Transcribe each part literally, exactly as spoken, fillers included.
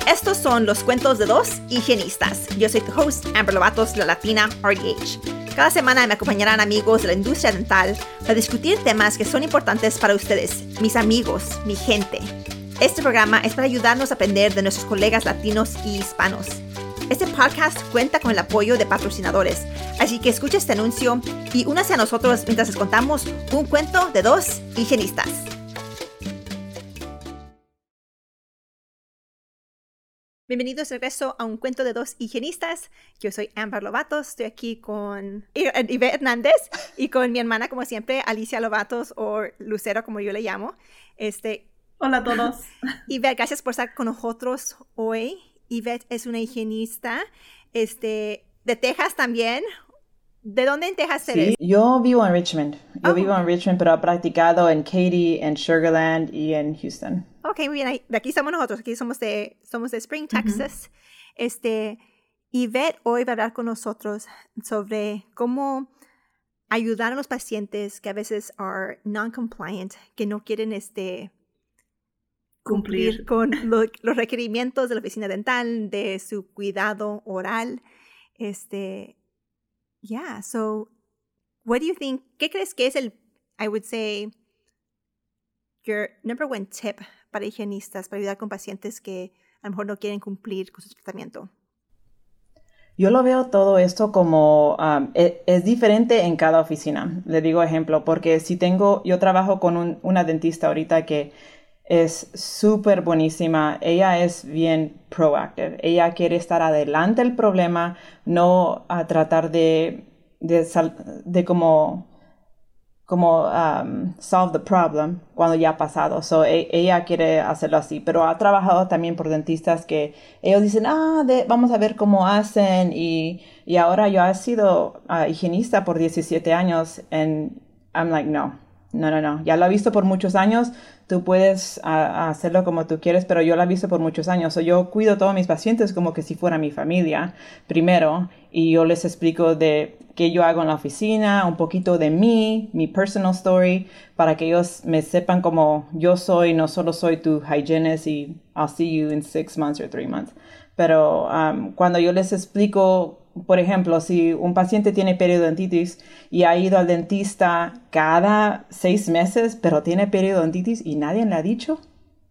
Estos son los cuentos de dos higienistas. Yo soy tu host, Amber Lovatos, la Latina R D H. Cada semana me acompañarán amigos de la industria dental para discutir temas que son importantes para ustedes, mis amigos, mi gente. Este programa es para ayudarnos a aprender de nuestros colegas latinos y hispanos. Este podcast cuenta con el apoyo de patrocinadores, así que escucha este anuncio y únase a nosotros mientras les contamos un cuento de dos higienistas. Bienvenidos de regreso a un cuento de dos higienistas. Yo soy Amber Lovatos, estoy aquí con Ivette Hernández y con mi hermana, como siempre, Alicia Lovatos o Lucero, como yo le llamo. Este, Hola a todos. Ivette, gracias por estar con nosotros hoy. Ivette es una higienista este, de Texas también. ¿De dónde en Texas eres? Sí, yo vivo en Richmond. Yo oh. vivo en Richmond, pero he practicado en Katy, en Sugar Land y en Houston. Ok, muy bien. De aquí somos nosotros. Aquí somos de, somos de Spring, Texas. Uh-huh. Este, Ivette hoy va a hablar con nosotros sobre cómo ayudar a los pacientes que a veces are non-compliant, que no quieren este, cumplir, cumplir con lo, los requerimientos de la oficina dental, de su cuidado oral. Este, yeah, so what do you think? ¿Qué crees que es el, I would say, your number one tip para higienistas, para ayudar con pacientes que a lo mejor no quieren cumplir con su tratamiento? Yo lo veo todo esto como, um, es, es diferente en cada oficina. Le digo ejemplo, porque si tengo, yo trabajo con un, una dentista ahorita que es súper buenísima. Ella es bien proactive. Ella quiere estar adelante del problema, no a tratar de, de, de como... como um, solve the problem cuando ya ha pasado. So, e- ella quiere hacerlo así, pero ha trabajado también por dentistas que ellos dicen, ah, de, vamos a ver cómo hacen, y, y ahora yo he sido uh, higienista por diecisiete años, and I'm like, no, no, no, no, ya lo he visto por muchos años, tú puedes uh, hacerlo como tú quieres, pero yo lo he visto por muchos años. So, yo cuido a todos mis pacientes como que si fuera mi familia primero, y yo les explico de qué yo hago en la oficina, un poquito de mí, mi personal story, para que ellos me sepan como yo soy, no solo soy tu hygienist y I'll see you in six months or three months. Pero um, cuando yo les explico, por ejemplo, si un paciente tiene periodontitis y ha ido al dentista cada seis meses, pero tiene periodontitis y nadie le ha dicho,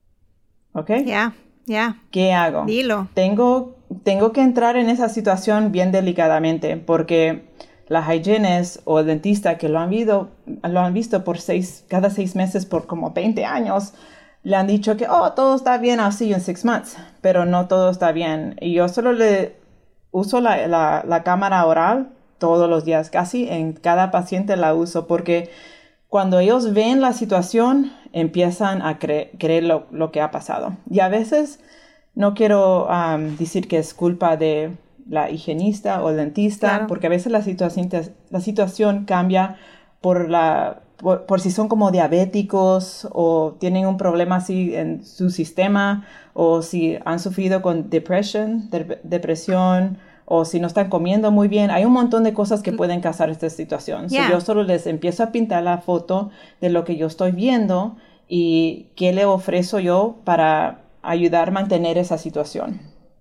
¿ok? Ya, yeah, ya. Yeah. ¿Qué hago? Dilo. Tengo, tengo que entrar en esa situación bien delicadamente, porque la hygienist o el dentista que lo han visto, lo han visto por seis, cada seis meses por como veinte años, le han dicho que, oh, todo está bien, I'll see you in six months, pero no todo está bien. Y yo solo le uso la, la, la cámara oral todos los días, casi en cada paciente la uso, porque cuando ellos ven la situación, empiezan a cre- creer lo, lo que ha pasado. Y a veces no quiero um, decir que es culpa de la higienista o el dentista, claro, porque a veces la situación, la situación cambia por, la, por, por si son como diabéticos o tienen un problema así en su sistema, o si han sufrido con depresión, de, depresión, o si no están comiendo muy bien. Hay un montón de cosas que pueden causar esta situación. Yeah. So, yo solo les empiezo a pintar la foto de lo que yo estoy viendo y qué le ofrezco yo para ayudar a mantener esa situación.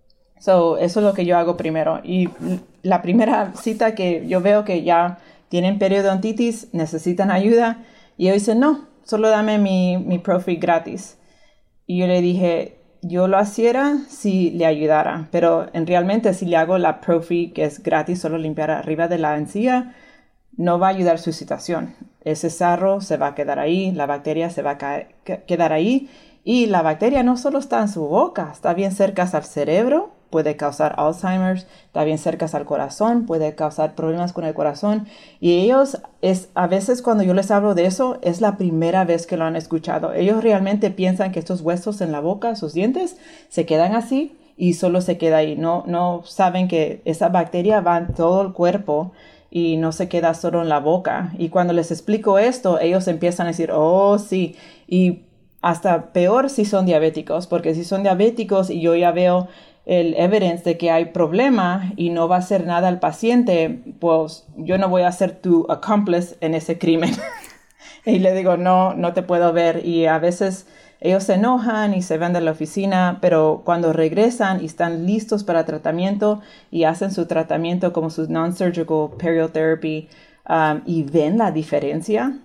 So, eso es lo que yo hago primero. Y la primera cita que yo veo que ya tienen periodontitis, necesitan ayuda, y ellos dicen, no, solo dame mi, mi Pro-Free gratis. Y yo le dije, yo lo hiciera si le ayudara, pero en realmente si le hago la Pro-Free, que es gratis, solo limpiar arriba de la encía, no va a ayudar su situación. Ese sarro se va a quedar ahí, la bacteria se va a ca- quedar ahí, y la bacteria no solo está en su boca, está bien cerca al cerebro, puede causar Alzheimer's, está bien cerca al corazón, puede causar problemas con el corazón. Y ellos, es a veces cuando yo les hablo de eso, es la primera vez que lo han escuchado. Ellos realmente piensan que estos huesos en la boca, sus dientes, se quedan así y solo se queda ahí. No, no saben que esa bacteria va en todo el cuerpo y no se queda solo en la boca. Y cuando les explico esto, ellos empiezan a decir, oh, sí. Y hasta peor si son diabéticos, porque si son diabéticos y yo ya veo el evidence de que hay problema y no va a hacer nada al paciente, pues yo no voy a ser tu accomplice en ese crimen. Y le digo, no, no te puedo ver. Y a veces ellos se enojan y se van de la oficina, pero cuando regresan y están listos para tratamiento y hacen su tratamiento como su non-surgical periotherapy um, y ven la diferencia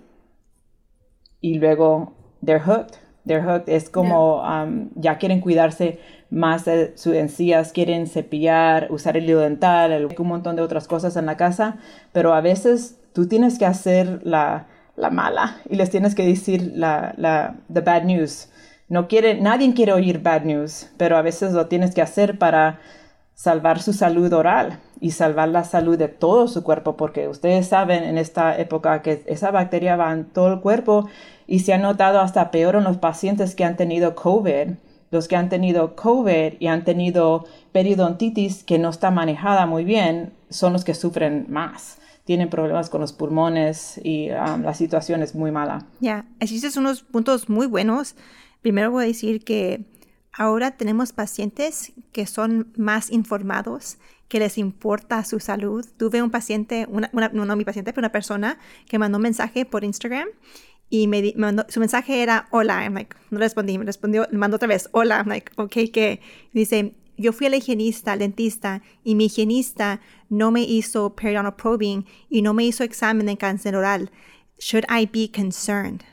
y luego they're hooked. They're hooked. Es como yeah. um, ya quieren cuidarse más de sus encías, quieren cepillar, usar el hilo dental, el, un montón de otras cosas en la casa, pero a veces tú tienes que hacer la, la mala y les tienes que decir la, la the bad news. No quiere, nadie quiere oír bad news, pero a veces lo tienes que hacer para salvar su salud oral y salvar la salud de todo su cuerpo, porque ustedes saben en esta época que esa bacteria va en todo el cuerpo y se ha notado hasta peor en los pacientes que han tenido COVID. Los que han tenido COVID y han tenido periodontitis que no está manejada muy bien son los que sufren más. Tienen problemas con los pulmones y um, la situación es muy mala. Ya, yeah. Existen unos puntos muy buenos. Primero voy a decir que ahora tenemos pacientes que son más informados, que les importa su salud. Tuve un paciente, una, una, no, no mi paciente, pero una persona que mandó un mensaje por Instagram y me, di, me mandó, su mensaje era, hola. I'm like, no respondí, me respondió, me mandó otra vez, hola. I'm like, ok, ¿qué? Dice, yo fui al higienista, al dentista, y mi higienista no me hizo periodontal probing y no me hizo examen de cáncer oral. Should I be concerned?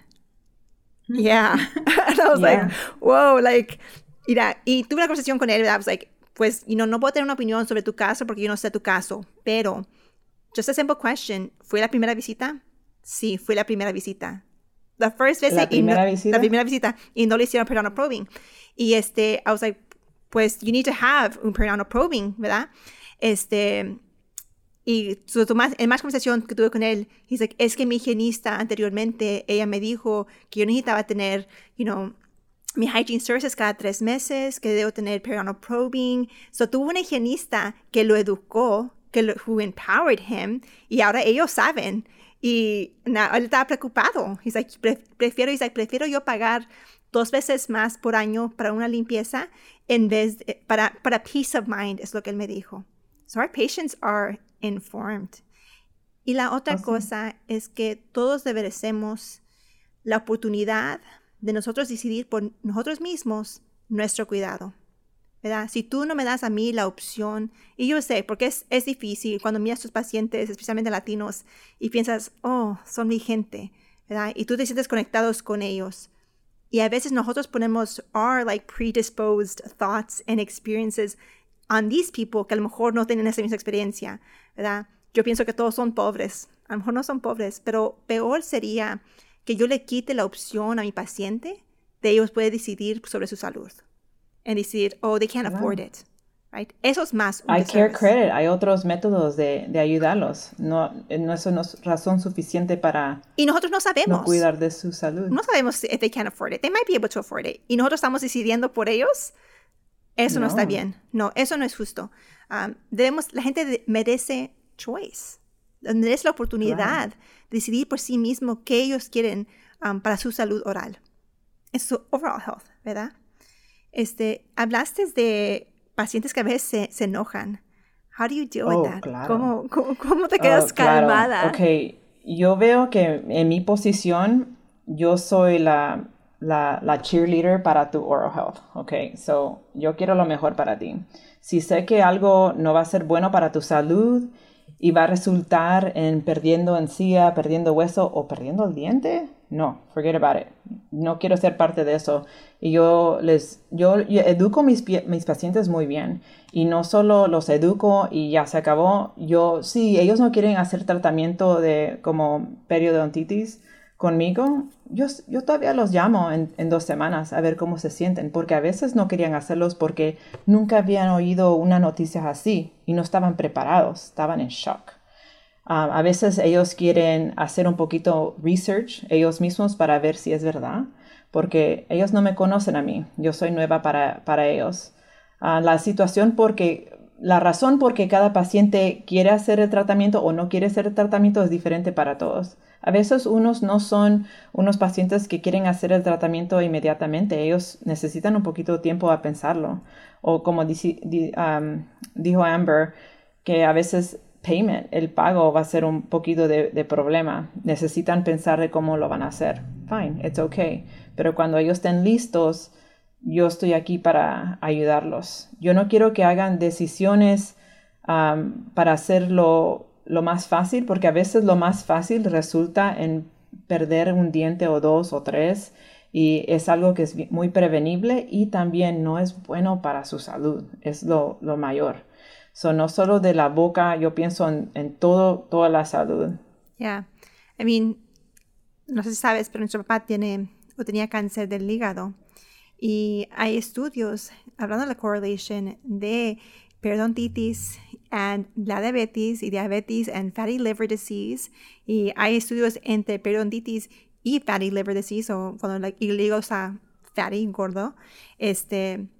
Yeah. And I was yeah. like, whoa, like, mira, y tuve una conversación con él, ¿verdad? I was like, pues, you know, no puedo tener una opinión sobre tu caso porque yo no sé tu caso, pero, just a simple question, ¿fue la primera visita? Sí, fue la primera visita. The first visit. ¿La primera no, visita? La primera visita, y no le hicieron periodontal probing. Y este, I was like, pues, you need to have un periodontal probing, ¿verdad? Este, y su, su más, en más conversación que tuve con él, he's like, es que mi higienista anteriormente, ella me dijo que yo necesitaba tener, you know, mi hygiene services cada tres meses, que debo tener periodontal probing. So, tuvo una higienista que lo educó, que lo, who empowered him, y ahora ellos saben. Y na, él estaba preocupado. He's like, pre, prefiero, he's like, prefiero yo pagar dos veces más por año para una limpieza en vez de, para, para peace of mind, es lo que él me dijo. So our patients are informed. Y la otra oh, cosa sí. es que todos merecemos la oportunidad de nosotros decidir por nosotros mismos nuestro cuidado, ¿verdad? Si tú no me das a mí la opción, y yo sé, porque es, es difícil cuando miras a tus pacientes, especialmente latinos, y piensas, oh, son mi gente, ¿verdad? Y tú te sientes conectados con ellos. Y a veces nosotros ponemos our like predisposed thoughts and experiences on these people que a lo mejor no tienen esa misma experiencia, ¿verdad? Yo pienso que todos son pobres. A lo mejor no son pobres, pero peor sería que yo le quite la opción a mi paciente de ellos poder decidir sobre su salud. Y decir, oh, they can't afford it. Right? Eso es más un Hay disservice. care credit, hay otros métodos de, de ayudarlos. No, no, eso no es razón suficiente para y nosotros no sabemos. No cuidar de su salud. No sabemos if they can't afford it. They might be able to afford it. Y nosotros estamos decidiendo por ellos. Eso no, no está bien. No, eso no es justo. Um, debemos, la gente de, merece choice. Merece la oportunidad claro. de decidir por sí mismo qué ellos quieren um, para su salud oral. Es su overall health, ¿verdad? Este, hablaste de pacientes que a veces se, se enojan. How do you deal oh, with that? Claro. ¿Cómo, cómo, ¿Cómo te quedas oh, claro. calmada? Ok, yo veo que en mi posición, yo soy la, la, la cheerleader para tu oral health. Ok, so yo quiero lo mejor para ti. Si sé que algo no va a ser bueno para tu salud y va a resultar en perdiendo encía, perdiendo hueso o perdiendo el diente, no, forget about it. No quiero ser parte de eso. Y yo les, yo, yo educo mis, mis pacientes muy bien. Y no solo los educo y ya se acabó. Yo, sí, ellos no quieren hacer tratamiento de como periodontitis conmigo, yo, yo todavía los llamo en, en dos semanas a ver cómo se sienten. Porque a veces no querían hacerlos porque nunca habían oído una noticia así y no estaban preparados, estaban en shock. Um, a veces ellos quieren hacer un poquito research ellos mismos para ver si es verdad, porque ellos no me conocen a mí, yo soy nueva para, para ellos. Uh, la situación porque, la razón por que cada paciente quiere hacer el tratamiento o no quiere hacer el tratamiento es diferente para todos. A veces unos no son unos pacientes que quieren hacer el tratamiento inmediatamente, ellos necesitan un poquito de tiempo a pensarlo. O como dici, di, um, dijo Amber, que a veces payment, el pago va a ser un poquito de, de problema. Necesitan pensar de cómo lo van a hacer. Fine, it's okay. Pero cuando ellos estén listos, yo estoy aquí para ayudarlos. Yo no quiero que hagan decisiones um, para hacerlo lo más fácil, porque a veces lo más fácil resulta en perder un diente o dos o tres, y es algo que es muy prevenible y también no es bueno para su salud, es lo, lo mayor. So, no solo de la boca, yo pienso en, en todo, toda la salud. Yeah, I mean, no sé si sabes, pero nuestro papá tiene o tenía cáncer del hígado, y hay estudios hablando de la correlation de periodontitis and la diabetes y diabetes and fatty liver disease, y hay estudios entre periodontitis y fatty liver disease, o cuando like, el hígado está fatty, gordo, este,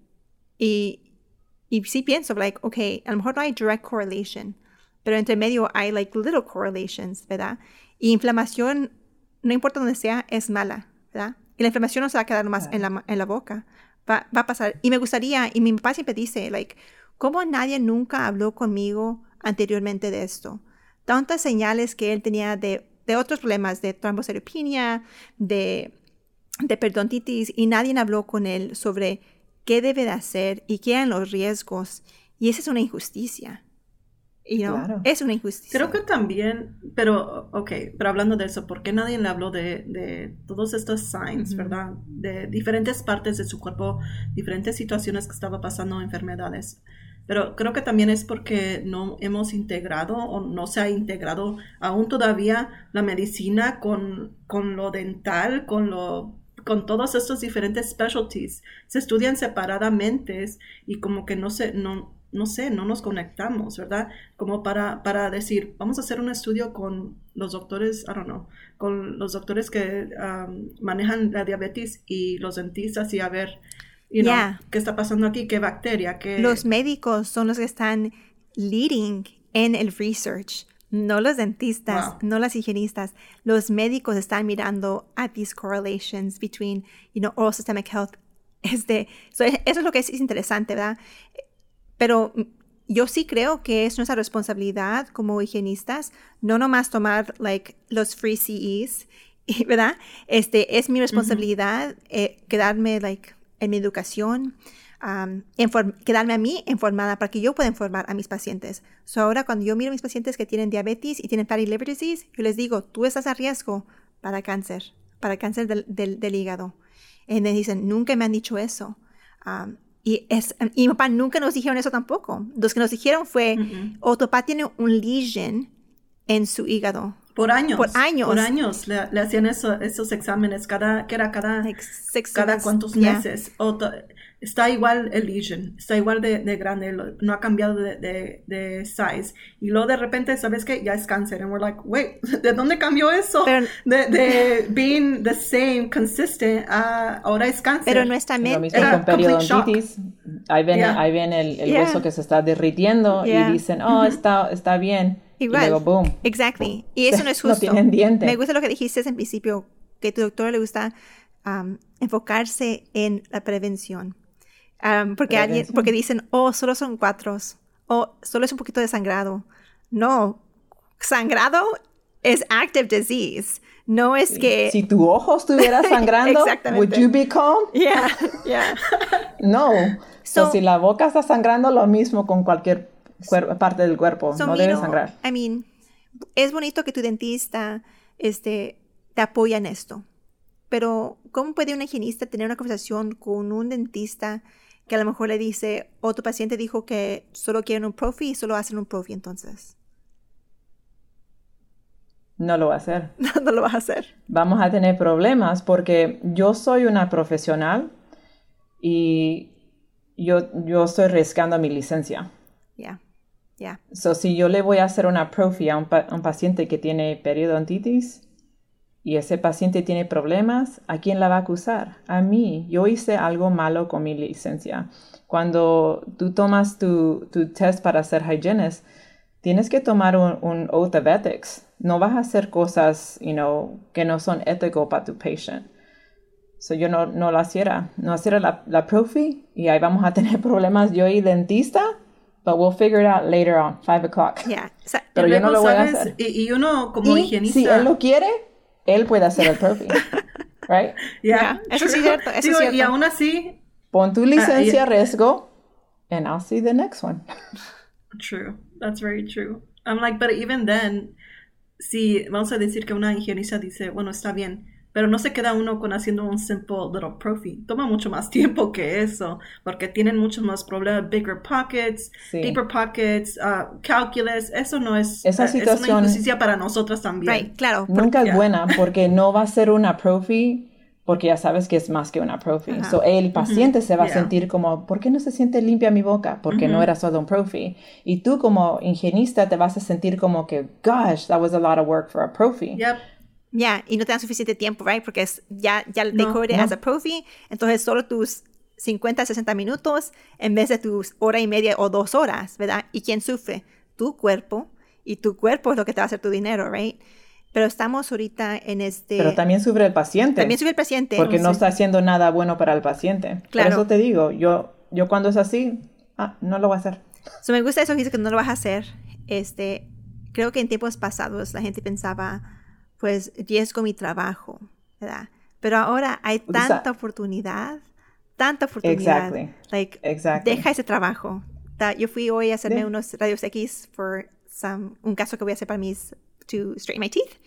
y, y sí pienso, like, okay, a lo mejor no hay direct correlation, pero entre medio hay, like, little correlations, ¿verdad? Y inflamación, no importa dónde sea, es mala, ¿verdad? Y la inflamación no se va a quedar nomás yeah. en, la, en la boca, va, va a pasar. Y me gustaría, y mi papá siempre dice, like, ¿cómo nadie nunca habló conmigo anteriormente de esto? Tantas señales que él tenía de, de otros problemas, de trombocitopenia, de, de periodontitis, y nadie habló con él sobre qué debe de hacer y qué eran los riesgos. Y esa es una injusticia. You know? Claro. Es una injusticia. Creo que también, pero, ok, pero hablando de eso, ¿por qué nadie le habló de, de todos estos signs, mm-hmm. verdad? De diferentes partes de su cuerpo, diferentes situaciones que estaba pasando, enfermedades. Pero creo que también es porque no hemos integrado o no se ha integrado aún todavía la medicina con, con lo dental, con lo con todos estos diferentes specialties. Se estudian separadamente y como que no se, no, no sé, no nos conectamos, ¿verdad? Como para, para decir, vamos a hacer un estudio con los doctores, I don't know, con los doctores que um, manejan la diabetes y los dentistas y a ver, you know, yeah. qué está pasando aquí, qué bacteria, qué... Los médicos son los que están leading en el research, no los dentistas, wow. no las higienistas. Los médicos están mirando at these correlations between, you know, oral systemic health. Este, so eso es lo que es, es interesante, ¿verdad? Pero yo sí creo que es nuestra responsabilidad como higienistas no nomás tomar, like, los free C Es, ¿verdad? Este, es mi responsabilidad uh-huh. eh, quedarme, like, en mi educación, um, inform- quedarme a mí informada para que yo pueda informar a mis pacientes. So ahora cuando yo miro a mis pacientes que tienen diabetes y tienen fatty liver disease, yo les digo, tú estás a riesgo para cáncer, para cáncer del, del, del hígado. Y me dicen, nunca me han dicho eso. Um, y, es, y mi papá nunca nos dijeron eso tampoco. Los que nos dijeron fue, uh-uh. o tu papá tiene un lesion en su hígado. Por años. Por años. Por años le, le hacían eso, esos exámenes, cada, que era cada, like six cada months, cuantos yeah. meses. O to, está igual el lesion, está igual de, de grande, no ha cambiado de, de, de size. Y luego de repente, ¿sabes qué? Ya es cáncer. And we're like, wait, ¿de dónde cambió eso? Pero, de, de being the same, consistent, uh, ahora es cáncer. Pero nuestra mente... Con periodontitis, ahí ven, yeah. ahí ven el, el yeah. hueso que se está derritiendo yeah. y dicen, oh, mm-hmm. está, está bien. Igual, y luego, boom. Exactly. Y eso no es justo. No tienen diente. Me gusta lo que dijiste en principio, que a tu doctora le gusta um, enfocarse en la prevención. Um, porque, prevención. Alguien, porque dicen, oh, solo son cuatro, o solo es un poquito de sangrado. No, sangrado es active disease. No es sí. que... Si tu ojo estuviera sangrando, would you be calm? Yeah, yeah. No. So, so, si la boca está sangrando, lo mismo con cualquier cuer- parte del cuerpo. So, no miro, debe sangrar. I mean, es bonito que tu dentista este, te apoya en esto. Pero, ¿cómo puede un higienista tener una conversación con un dentista que a lo mejor le dice, o oh, tu paciente dijo que solo quieren un profi y solo hacen un profi entonces? No lo va a hacer. No, no lo vas a hacer. Vamos a tener problemas porque yo soy una profesional y yo, yo estoy arriesgando mi licencia. Yeah, yeah. So, si yo le voy a hacer una profi a un, pa- un paciente que tiene periodontitis y ese paciente tiene problemas, ¿a quién la va a acusar? A mí. Yo hice algo malo con mi licencia. Cuando tú tomas tu, tu test para ser hygienist, tienes que tomar un, un oath of ethics. No vas a hacer cosas, you know, que no son éticas para tu patient. So, yo no, no lo hiciera. No hiciera la, la profi y ahí vamos a tener problemas yo y dentista. but we'll figure it out later on, five o'clock. Yeah. O sea, Pero yo no lo voy a hacer. Y, y uno como y higienista... si él lo quiere, él puede hacer el prophy. Right? Yeah, eso sí es cierto, eso Digo, es cierto. Y aún así... Pon tu licencia a uh, yeah. riesgo, and I'll see the next one. True. That's very true. I'm like, but even then, si vamos a decir que una higienista dice, bueno, está bien, pero no se queda uno con haciendo un simple little prophy. Toma mucho más tiempo que eso, porque tienen muchos más problemas, bigger pockets, Sí. deeper pockets, uh, calculus. Eso no es, Esa uh, situación- es una injusticia para nosotras también. Right, claro. Nunca es Yeah. buena porque no va a ser una prophy porque ya sabes que es más que una prophy. Ajá. So, el paciente se va Yeah. a sentir como, ¿por qué no se siente limpia mi boca? Porque no era solo un prophy. Y tú como higienista te vas a sentir como que, gosh, that was a lot of work for a prophy. Yep. Yeah, y no te dan suficiente tiempo, right? Porque es, ya, ya they No, code it no. as a prophy, entonces solo tus cincuenta, sesenta minutos en vez de tus hora y media o dos horas, ¿verdad? ¿Y quién sufre? Tu cuerpo, y tu cuerpo es lo que te va a hacer tu dinero, right? Pero estamos ahorita en este... Pero también sufre el paciente. También sufre el paciente. Porque no Sí. está haciendo nada bueno para el paciente. Claro. Por eso te digo, yo, yo cuando es así, ah, no lo voy a hacer. So, me gusta eso que dices que no lo vas a hacer. Este, creo que en tiempos pasados la gente pensaba, pues, riesgo mi trabajo, ¿verdad? Pero ahora hay O sea, tanta oportunidad, tanta oportunidad. Exactly. Like, Exactly. deja ese trabajo. Ta- Yo fui hoy a hacerme Yeah. unos rayos X por some, un caso que voy a hacer para mis, to straighten my teeth.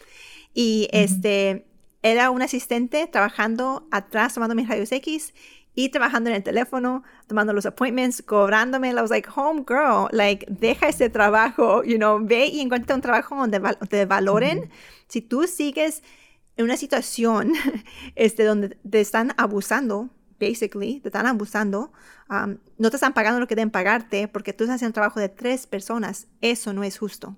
Y este, era un asistente trabajando atrás tomando mis rayos X y trabajando en el teléfono, tomando los appointments, cobrándome. I was like, home girl, like, deja ese trabajo, you know, ve y encuentra un trabajo donde val- te valoren. Si tú sigues en una situación este, donde te están abusando, basically, te están abusando, um, no te están pagando lo que deben pagarte porque tú estás haciendo trabajo de tres personas, eso no es justo.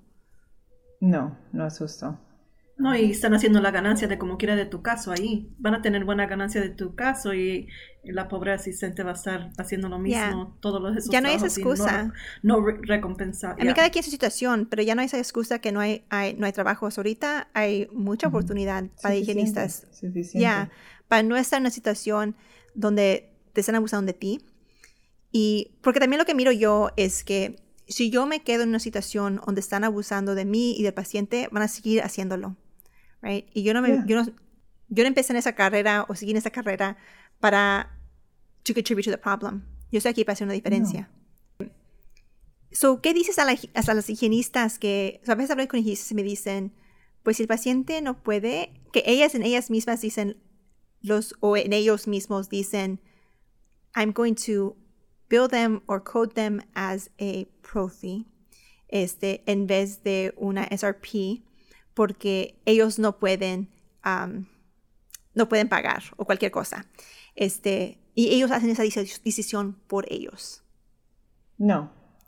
No, no es justo. No, y están haciendo la ganancia de como quiera de tu caso ahí. Van a tener buena ganancia de tu caso y, y la pobre asistente va a estar haciendo lo mismo Yeah. todos los esos Ya no hay esa trabajos y excusa. No, no re- recompensa. A mí Yeah. cada quien su situación, pero ya no hay esa excusa que no hay, hay- no hay trabajos. Ahorita hay mucha oportunidad para higienistas. Suficiente. Ya, para no estar en una situación donde te están abusando de ti. Y porque también lo que miro yo es que si yo me quedo en una situación donde están abusando de mí y del paciente, van a seguir haciéndolo. Right? Y yo no, me, Yeah. yo, no, yo no empecé en esa carrera o seguí en esa carrera para to contribute to the problem. Yo estoy aquí para hacer una diferencia. So, ¿qué dices a, la, a las higienistas que, o sea, a veces hablo con higienistas y me dicen, pues si el paciente no puede, que ellas en ellas mismas dicen, los, o en ellos mismos dicen, I'm going to bill them or code them as a prophy, este, en vez de una S R P, porque ellos no pueden, um, no pueden pagar o cualquier cosa. Este, y ellos hacen esa decisión por ellos. No.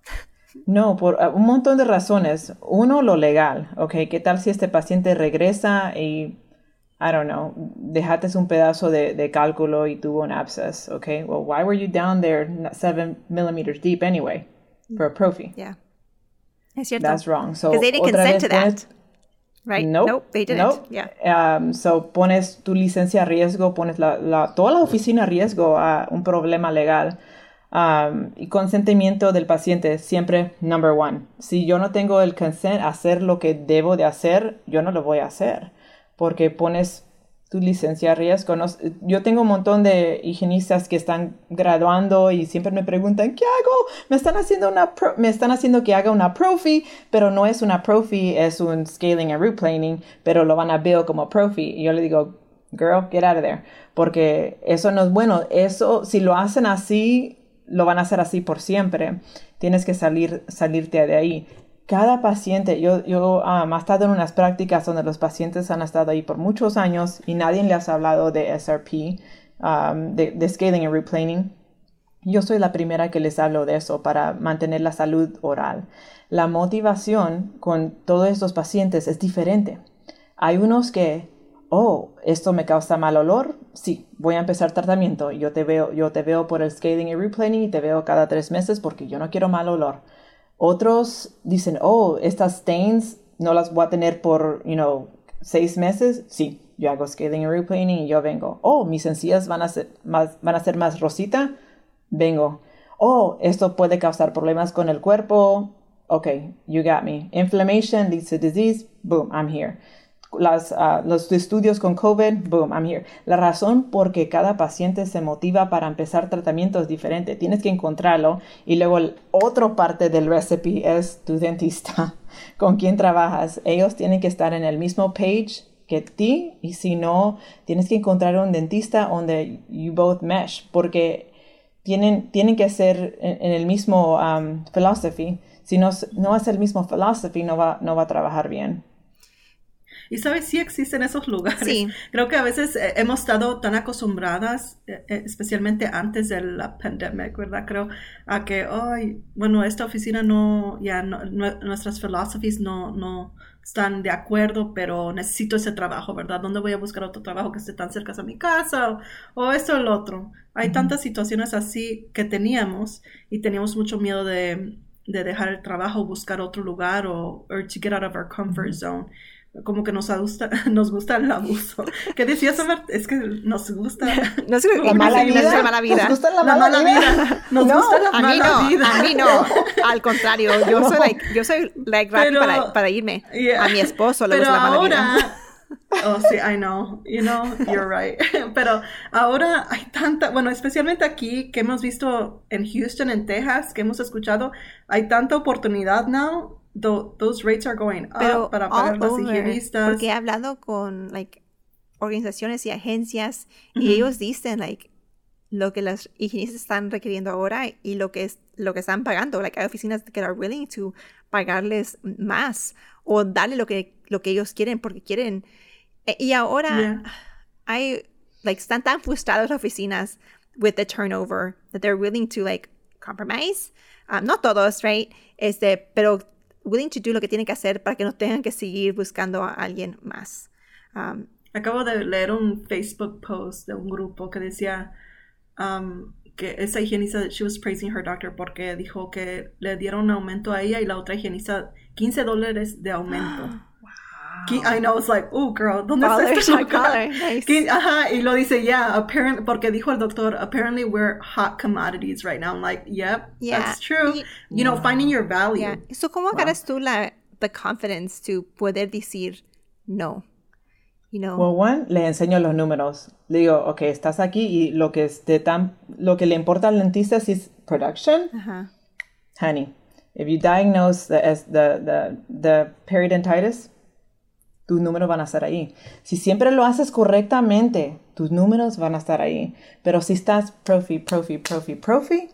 No, por uh, un montón de razones. Uno, lo legal, ¿ok? ¿Qué tal si este paciente regresa y, I don't know, dejaste un pedazo de, de cálculo y tuvo un abscess, ¿ok? Well, why were you down there seven millimeters deep anyway for a prophy? Yeah. Es cierto. That's wrong. So, Because they didn't otra consent vez to that. pones- Right? Nope, Nope, they didn't. nope. Yeah. Um, so pones tu licencia a riesgo, pones la, la, toda la oficina a riesgo a un problema legal. Um, y consentimiento del paciente, siempre number one. Si yo no tengo el consent a hacer lo que debo de hacer, yo no lo voy a hacer. Porque pones tu licencia a riesgo. No, yo tengo un montón de higienistas que están graduando y siempre me preguntan, ¿qué hago? Me están haciendo una pro- me están haciendo que haga una prophy, pero no es una prophy, es un scaling and root planing, pero lo van a bill como prophy. Y yo le digo, girl, get out of there. Porque eso no es bueno. Eso, si lo hacen así, lo van a hacer así por siempre. Tienes que salir, salirte de ahí. Cada paciente, yo, yo um, he estado en unas prácticas donde los pacientes han estado ahí por muchos años y nadie les ha hablado de S R P, um, de, de scaling and root planing. Yo soy la primera que les hablo de eso para mantener la salud oral. La motivación con todos estos pacientes es diferente. Hay unos que, oh, esto me causa mal olor, sí, voy a empezar tratamiento. Yo te veo, yo te veo por el scaling y root planing y te veo cada tres meses porque yo no quiero mal olor. Otros dicen, oh, estas stains no las voy a tener por, you know, seis meses. Sí, yo hago scaling and root planing y yo vengo. Oh, mis encías van a ser más, van a ser más rosita. Vengo. Oh, esto puede causar problemas con el cuerpo. Okay, you got me. Inflammation leads to disease. Boom, I'm here. Las, uh, los estudios con COVID, boom, I'm here. La razón por que cada paciente se motiva para empezar tratamientos diferentes, tienes que encontrarlo. Y luego el otro parte del recipe es tu dentista, con quien trabajas. Ellos tienen que estar en el mismo page que ti, y si no, tienes que encontrar un dentista donde you both mesh, porque tienen, tienen que ser en, en el mismo um, philosophy. Si no, no es el mismo philosophy, no va, no va a trabajar bien. Y sabes, sí existen esos lugares. Sí. Creo que a veces eh, hemos estado tan acostumbradas, eh, especialmente antes de la pandemia, ¿verdad? Creo a que, ay, bueno, esta oficina no, ya no, no, nuestras philosophies no, no están de acuerdo, pero necesito ese trabajo, ¿verdad? ¿Dónde voy a buscar otro trabajo que esté tan cerca a mi casa? O, o esto o el otro. Hay uh-huh. tantas situaciones así que teníamos y teníamos mucho miedo de, de dejar el trabajo, buscar otro lugar o or to get out of our comfort zone. Como que nos gusta, nos gusta el abuso. ¿Qué decías, Amar? Es que nos gusta... No sé, la mala vida. La mala vida. Nos gusta la, la mala, mala vida. vida. Nos no, gusta la a mala mí no, vida. A mí no, al contrario. Yo no. soy like, yo soy like rápido para, para irme. Yeah. A mi esposo le Pero gusta la mala ahora, vida. Oh, sí, I know. You know, you're right. Pero ahora hay tanta... Bueno, especialmente aquí, que hemos visto en Houston, en Texas, que hemos escuchado, hay tanta oportunidad now. Those rates are going up. Pero para pagar las over, higienistas. Porque he hablado con like organizaciones y agencias uh-huh. y ellos dicen like lo que las higienistas están requiriendo ahora y lo que es lo que están pagando. Like hay oficinas que are willing to pagarles más o darle lo que lo que ellos quieren porque quieren. Y ahora yeah. hay like están tan frustrados las oficinas with the turnover that they're willing to like compromise. Um, no todos, right? Este, pero willing to do lo que tienen que hacer para que no tengan que seguir buscando a alguien más. Um, Acabo de leer un Facebook post de un grupo que decía um, que esa higienista, she was praising her doctor porque dijo que le dieron un aumento a ella y la otra higienista quince dólares de aumento. Wow. I know, it's like, oh, girl, ¿dónde está este lugar? Nice. Ajá, y lo dice, yeah, apparently, porque dijo el doctor, apparently we're hot commodities right now. I'm like, yep, yeah, that's true. Y, you know, wow. finding your value. Yeah. So, ¿cómo agarras wow. tú la the confidence to poder decir no? You know? Well, one, le enseño los números. Le digo, okay, estás aquí y lo que, esté tan, lo que le importa al dentista es production. Uh-huh. Honey, if you diagnose the, the, the, the periodontitis, tus números van a estar ahí. Si siempre lo haces correctamente, tus números van a estar ahí. Pero si estás profi, profi, profi, profi,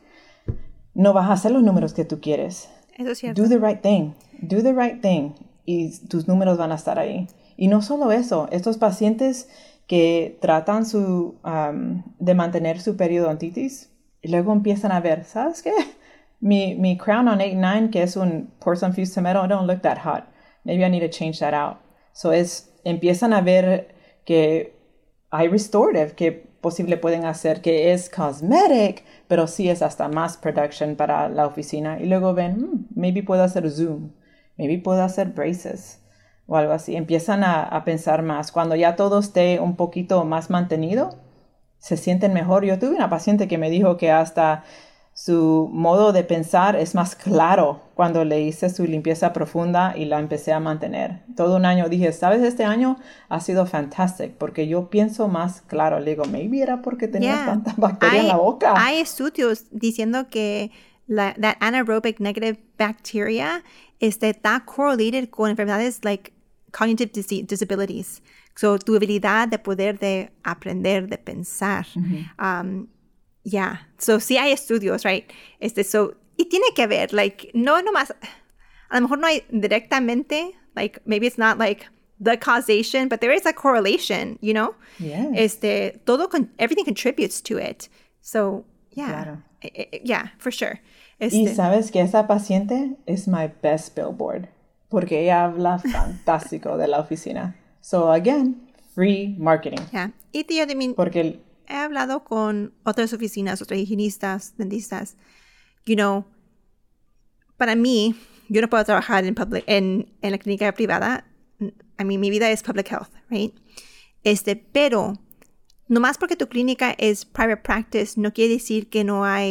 no vas a hacer los números que tú quieres. Eso es cierto. Do the right thing. Do the right thing. Y tus números van a estar ahí. Y no solo eso. Estos pacientes que tratan su, um, de mantener su periodontitis y luego empiezan a ver, ¿sabes qué? Mi, mi crown on eight nine, que es un porcelain fused tomato, don't look that hot. Maybe I need to change that out. So es, empiezan a ver que hay restorative que posible pueden hacer, que es cosmetic, pero sí es hasta más production para la oficina. Y luego ven, hmm, maybe puedo hacer Zoom, maybe puedo hacer braces o algo así. Empiezan a, a pensar más. Cuando ya todo esté un poquito más mantenido, se sienten mejor. Yo tuve una paciente que me dijo que hasta su modo de pensar es más claro cuando le hice su limpieza profunda y la empecé a mantener. Todo un año dije, ¿sabes? Este año ha sido fantástico porque yo pienso más claro. Le digo, maybe era porque tenía yeah. tanta bacteria hay, en la boca. Hay estudios diciendo que la that anaerobic negative bacteria este, está correlated con enfermedades like cognitive dis- disabilities. So, tu habilidad de poder de aprender, de pensar. Mm-hmm. Um, Yeah, so sí hay estudios, right? Este, so, y tiene que ver, like, no nomás, a lo mejor no hay directamente, like, maybe it's not like the causation, but there is a correlation, you know? Yes. Este, todo, con, everything contributes to it. So, yeah, claro. yeah, for sure. Este, y sabes que esa paciente es my best billboard, porque ella habla fantástico de la oficina. So, again, free marketing. Yeah, y tío, I mean, porque el, he hablado con otras oficinas, otras higienistas, dentistas. You know, para mí, yo no puedo trabajar en, public, en, en la clínica privada. I mean, mi vida es public health, right? Este, pero, nomás porque tu clínica es private practice, no quiere decir que no hay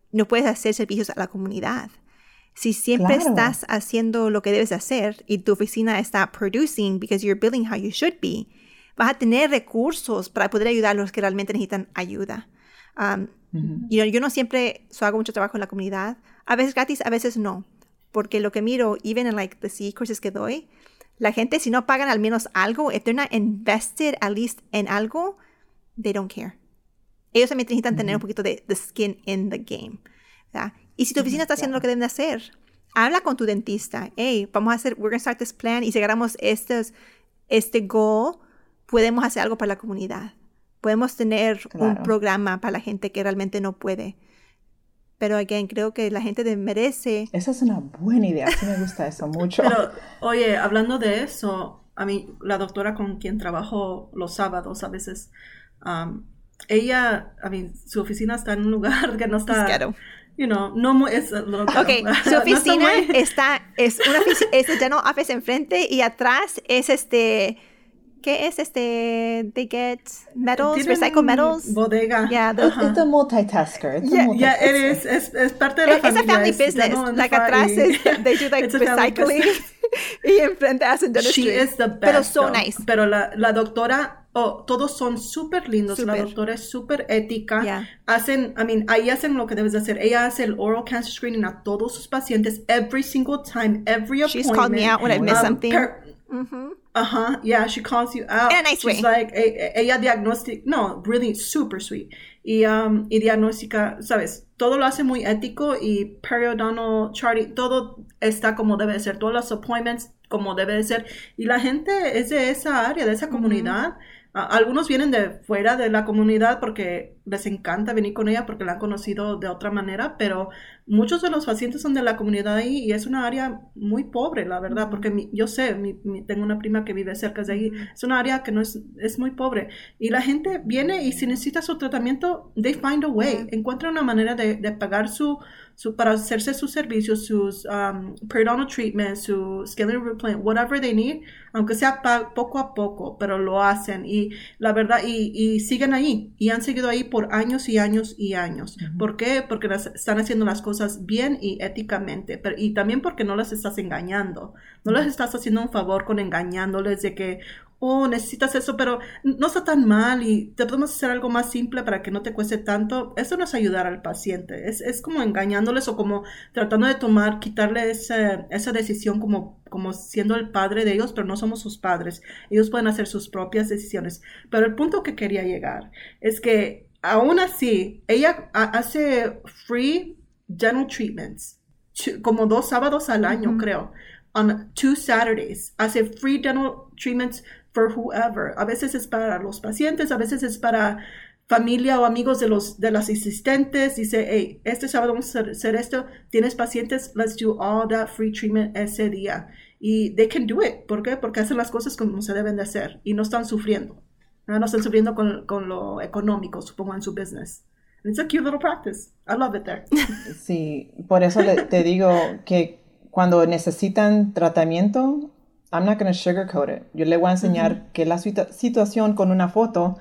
no puedes hacer servicios a la comunidad. Si siempre Claro. estás haciendo lo que debes hacer y tu oficina está producing because you're billing how you should be, vas a tener recursos para poder ayudar a los que realmente necesitan ayuda. Um, Ujú. you know, yo no siempre so, hago mucho trabajo en la comunidad. A veces gratis, a veces no. Porque lo que miro, even en like, the C E courses que doy, la gente, si no pagan al menos algo, if they're not invested at least en algo, they don't care. Ellos también necesitan tener un poquito de, de skin in the game. ¿Verdad? Y si tu oficina está haciendo lo que deben de hacer, habla con tu dentista. Hey, vamos a hacer, we're going to start this plan, y si agarramos estos, este goal, podemos hacer algo para la comunidad. Podemos tener Claro. un programa para la gente que realmente no puede. Pero, again, creo que la gente de- merece... Esa es una buena idea. Sí me gusta eso mucho. Pero, oye, hablando de eso, a mí, la doctora con quien trabajo los sábados a veces, um, ella, a mí, su oficina está en un lugar que no está, Es ghetto. you know, no muy, es a little ghetto. Ok, No su está oficina muy- está, es una oficina, es el dental office enfrente y atrás es este, ¿qué es este? They get metals, tienen recycle metals. bodega. Yeah, the- Ajá. It's a multitasker. It's a Yeah, Ya, multitasker. eres, es, es parte de la Es a familia. family es business. dental and Like fa- atrás y- es, they do like It's a family recycling business. y enfrente hacen dentistry. She is the best. Pero so though. nice. Pero la, la doctora, oh, todos son súper lindos. La Súper. doctora es súper ética. Yeah. Hacen, I mean, ahí hacen lo que debes de hacer. Ella hace el oral cancer screening a todos sus pacientes every single time, every appointment. She's called me out when I missed Um, something. per- Mhm. Uh-huh, yeah, she calls you out. In a nice She's way. like, e- e- ella diagnostica, no, really super sweet. Y, um, y diagnostica, ¿sabes? Todo lo hace muy ético y periodontal charting, todo está como debe de ser, todos los appointments como debe de ser. Y la gente es de esa área, de esa comunidad. Uh, algunos vienen de fuera de la comunidad porque les encanta venir con ella porque la han conocido de otra manera, pero muchos de los pacientes son de la comunidad ahí y es una área muy pobre, la verdad, porque mi- yo sé, mi- mi- tengo una prima que vive cerca de ahí, es una área que no es, es muy pobre y la gente viene y si necesita su tratamiento, they find a way, encuentran una manera de, de pagar su, su, para hacerse sus servicios, sus um, periodontal treatments, su scaling replant, whatever they need, aunque sea pa- poco a poco, pero lo hacen y la verdad, y, y siguen ahí y han seguido ahí por años y años y años. ¿Por qué? Porque las- están haciendo las cosas bien y éticamente, pero, y también porque no las estás engañando, no les estás haciendo un favor con engañándoles de que, oh, necesitas eso, pero no está tan mal y te podemos hacer algo más simple para que no te cueste tanto. Eso no es ayudar al paciente, es, es como engañándoles o como tratando de tomar, quitarle ese, esa decisión como, como siendo el padre de ellos, pero no somos sus padres. Ellos pueden hacer sus propias decisiones. Pero el punto que quería llegar es que aún así, ella ha- hace free dental treatments, ch- como dos sábados al año, creo, on two Saturdays. Hace free dental treatments for whoever. A veces es para los pacientes, a veces es para familia o amigos de los de las asistentes. Dice, hey, este sábado vamos a hacer, hacer esto. ¿Tienes pacientes? Let's do all that free treatment ese día. Y they can do it. ¿Por qué? Porque hacen las cosas como se deben de hacer y no están sufriendo. No, no están sufriendo con, con lo económico, supongo, en su business. It's a cute little practice. I love it there. Sí, por eso le- te digo que cuando necesitan tratamiento, I'm not going to sugarcoat it. Yo le voy a enseñar que la situa- situación con una foto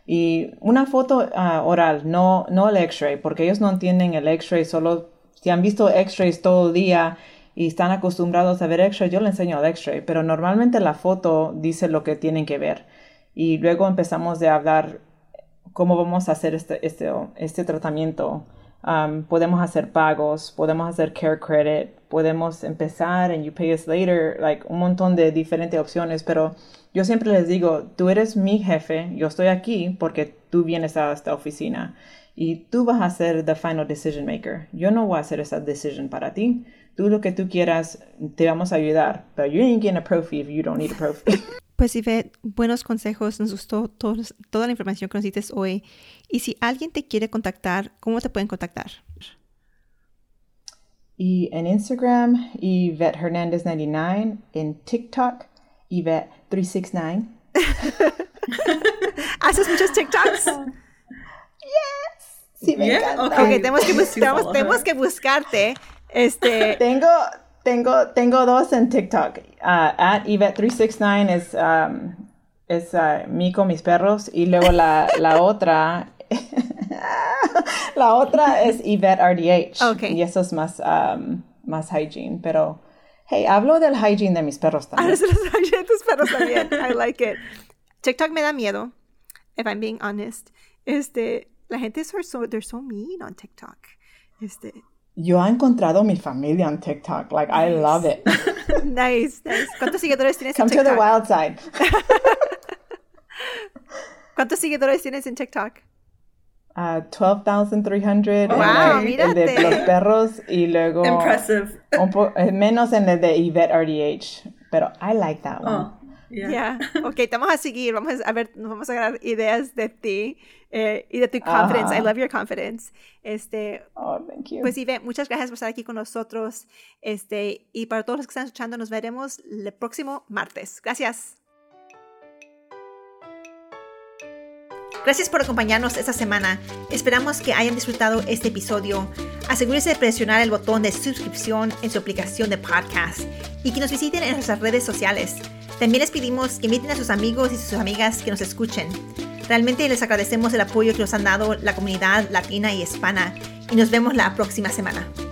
y una foto ah, oral, no, no el x-ray, porque ellos no entienden el x-ray, solo si han visto x-rays todo el día y están acostumbrados a ver x-ray, yo le enseño el x-ray, pero normalmente la foto dice lo que tienen que ver. Y luego empezamos a hablar cómo vamos a hacer este, este, este tratamiento. Um, podemos hacer pagos, podemos hacer care credit, podemos empezar and you pay us later, like un montón de diferentes opciones, pero yo siempre les digo, tú eres mi jefe, yo estoy aquí porque tú vienes a esta oficina y tú vas a ser the final decision maker. Yo no voy a hacer esa decision para ti. Tú lo que tú quieras, te vamos a ayudar, pero you ain't getting a pro fee if you don't need a pro fee. Pues Yvette, buenos consejos, nos gustó todos- toda la información que nos diste hoy. Y si alguien te quiere contactar, ¿cómo te pueden contactar? Y en Instagram, Yvette Hernandez noventa y nueve. En TikTok, Yvette trescientos sesenta y nueve. ¿Haces muchos TikToks? Sí, me Yeah, encanta. okay. Ok, tenemos que, bus- Sí, tenemos, follow tenemos her. que buscarte. Este, Tengo, tengo, tengo dos en TikTok. Uh, at Yvette trescientos sesenta y nueve es, um, es uh, mí con mis perros. Y luego la, la otra, la otra es Yvette R D H. Okay. Y eso es más, um, más hygiene. Pero, hey, hablo del hygiene de mis perros también. Ah, los hygiene de tus perros también. I like it. TikTok me da miedo, if I'm being honest. Este, la gente es so, they're so mean on TikTok. Este... Yo he encontrado mi familia en TikTok. Like, nice. I love it. Nice, nice. ¿Cuántos seguidores tienes Come en TikTok? Come to the wild side. ¿Cuántos seguidores tienes en TikTok? Uh, twelve thousand three hundred. Oh, wow, el, mírate. el de los perros y luego... Impressive. Un po- menos en el de Yvette R D H. Pero I like that one. Oh. Ya, yeah. Ok, te vamos a seguir, vamos a ver, nos vamos a agarrar ideas de ti eh, y de tu confidence. Uh-huh. I love your confidence. Este, oh, thank you. Pues Yvette, muchas gracias por estar aquí con nosotros. Este, y para todos los que están escuchando, nos veremos el próximo martes. Gracias. Gracias por acompañarnos esta semana. Esperamos que hayan disfrutado este episodio. Asegúrese de presionar el botón de suscripción en su aplicación de podcast y que nos visiten en nuestras redes sociales. También les pedimos que inviten a sus amigos y sus amigas que nos escuchen. Realmente les agradecemos el apoyo que nos han dado la comunidad latina y hispana y nos vemos la próxima semana.